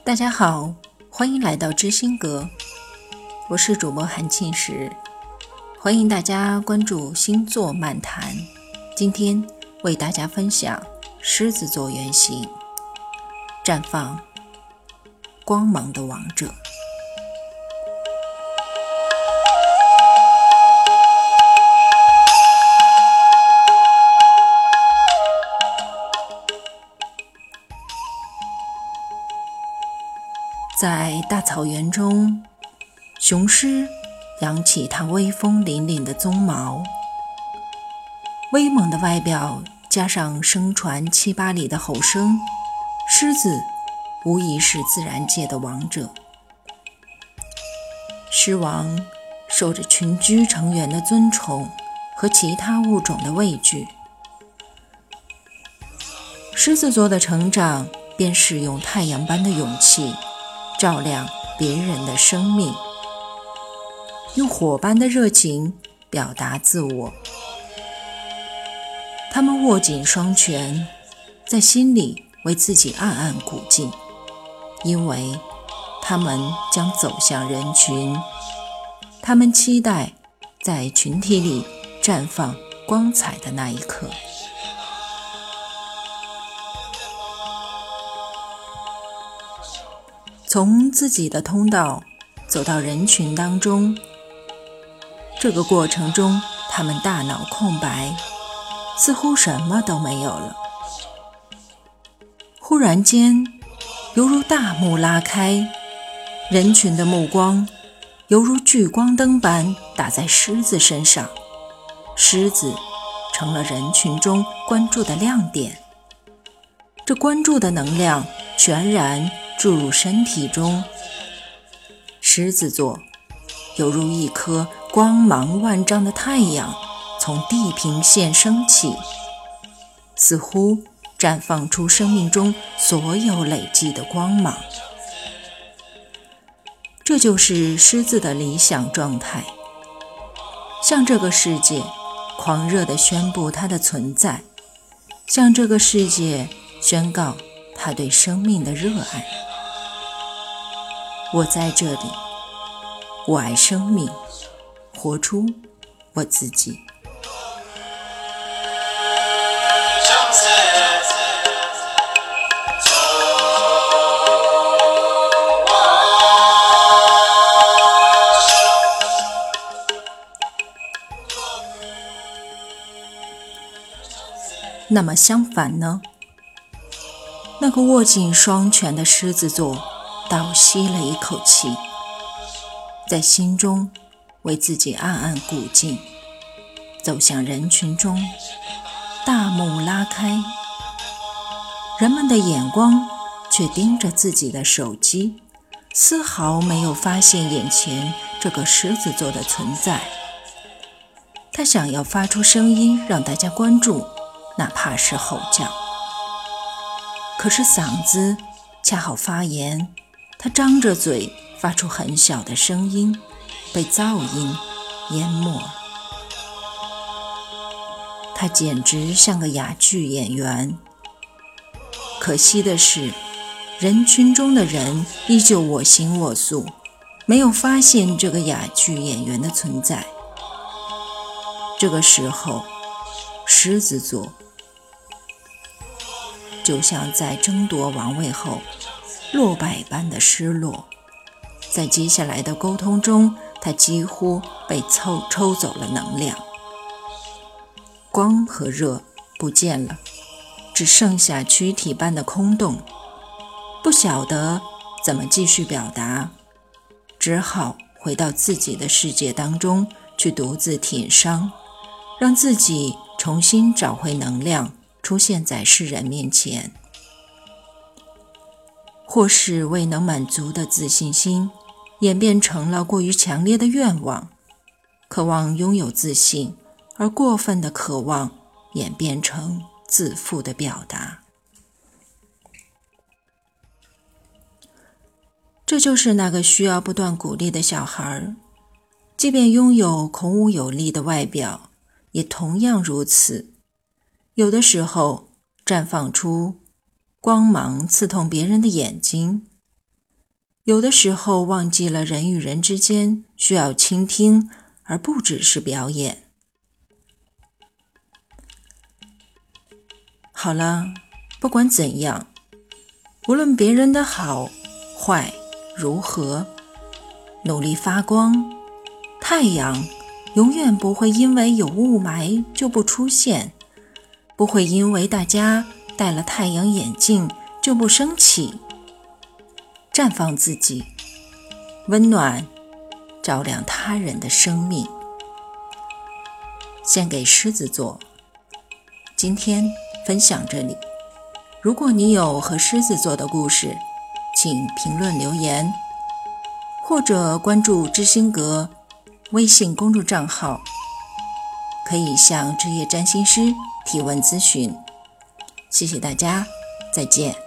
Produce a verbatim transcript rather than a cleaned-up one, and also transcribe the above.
大家好，欢迎来到知心阁，我是主播韩庆石，欢迎大家关注星座漫谈。今天为大家分享狮子座原型，绽放光芒的王者。在大草原中，雄狮扬起它威风凛凛的鬃毛，威猛的外表加上声传七八里的吼声，狮子无疑是自然界的王者。狮王受着群居成员的尊崇和其他物种的畏惧。狮子座的成长便是用太阳般的勇气照亮别人的生命，用火般的热情表达自我。他们握紧双拳，在心里为自己暗暗鼓劲，因为他们将走向人群，他们期待在群体里绽放光彩的那一刻。从自己的通道走到人群当中，这个过程中他们大脑空白，似乎什么都没有了。忽然间，犹如大幕拉开，人群的目光犹如聚光灯般打在狮子身上，狮子成了人群中关注的亮点。这关注的能量全然注入身体中，狮子座犹如一颗光芒万丈的太阳从地平线升起，似乎绽放出生命中所有累积的光芒。这就是狮子的理想状态，向这个世界狂热地宣布它的存在，向这个世界宣告他对生命的热爱。我在这里，我爱生命，活出我自己。那么相反呢？那个握紧双拳的狮子座倒吸了一口气，在心中为自己暗暗鼓劲，走向人群中，大幕拉开，人们的眼光却盯着自己的手机，丝毫没有发现眼前这个狮子座的存在。他想要发出声音让大家关注，哪怕是吼叫，可是嗓子恰好发炎，他张着嘴发出很小的声音，被噪音淹没了。他简直像个哑剧演员。可惜的是，人群中的人依旧我行我素，没有发现这个哑剧演员的存在。这个时候，狮子座就像在争夺王位后落败般的失落，在接下来的沟通中，他几乎被抽抽走了能量，光和热不见了，只剩下躯体般的空洞，不晓得怎么继续表达，只好回到自己的世界当中去独自舔伤，让自己重新找回能量，出现在世人面前。或是未能满足的自信心演变成了过于强烈的愿望，渴望拥有自信，而过分的渴望演变成自负的表达。这就是那个需要不断鼓励的小孩，即便拥有孔武有力的外表，也同样如此。有的时候绽放出光芒刺痛别人的眼睛， 有的时候忘记了人与人之间需要倾听，而不只是表演。好了，不管怎样，无论别人的好坏如何，努力发光。太阳永远不会因为有雾霾就不出现，不会因为大家戴了太阳眼镜就不生气。绽放自己，温暖照亮他人的生命。献给狮子座，今天分享这里。如果你有和狮子座的故事，请评论留言，或者关注知心阁微信公众账号，可以向职业占星师提问咨询。谢谢大家，再见。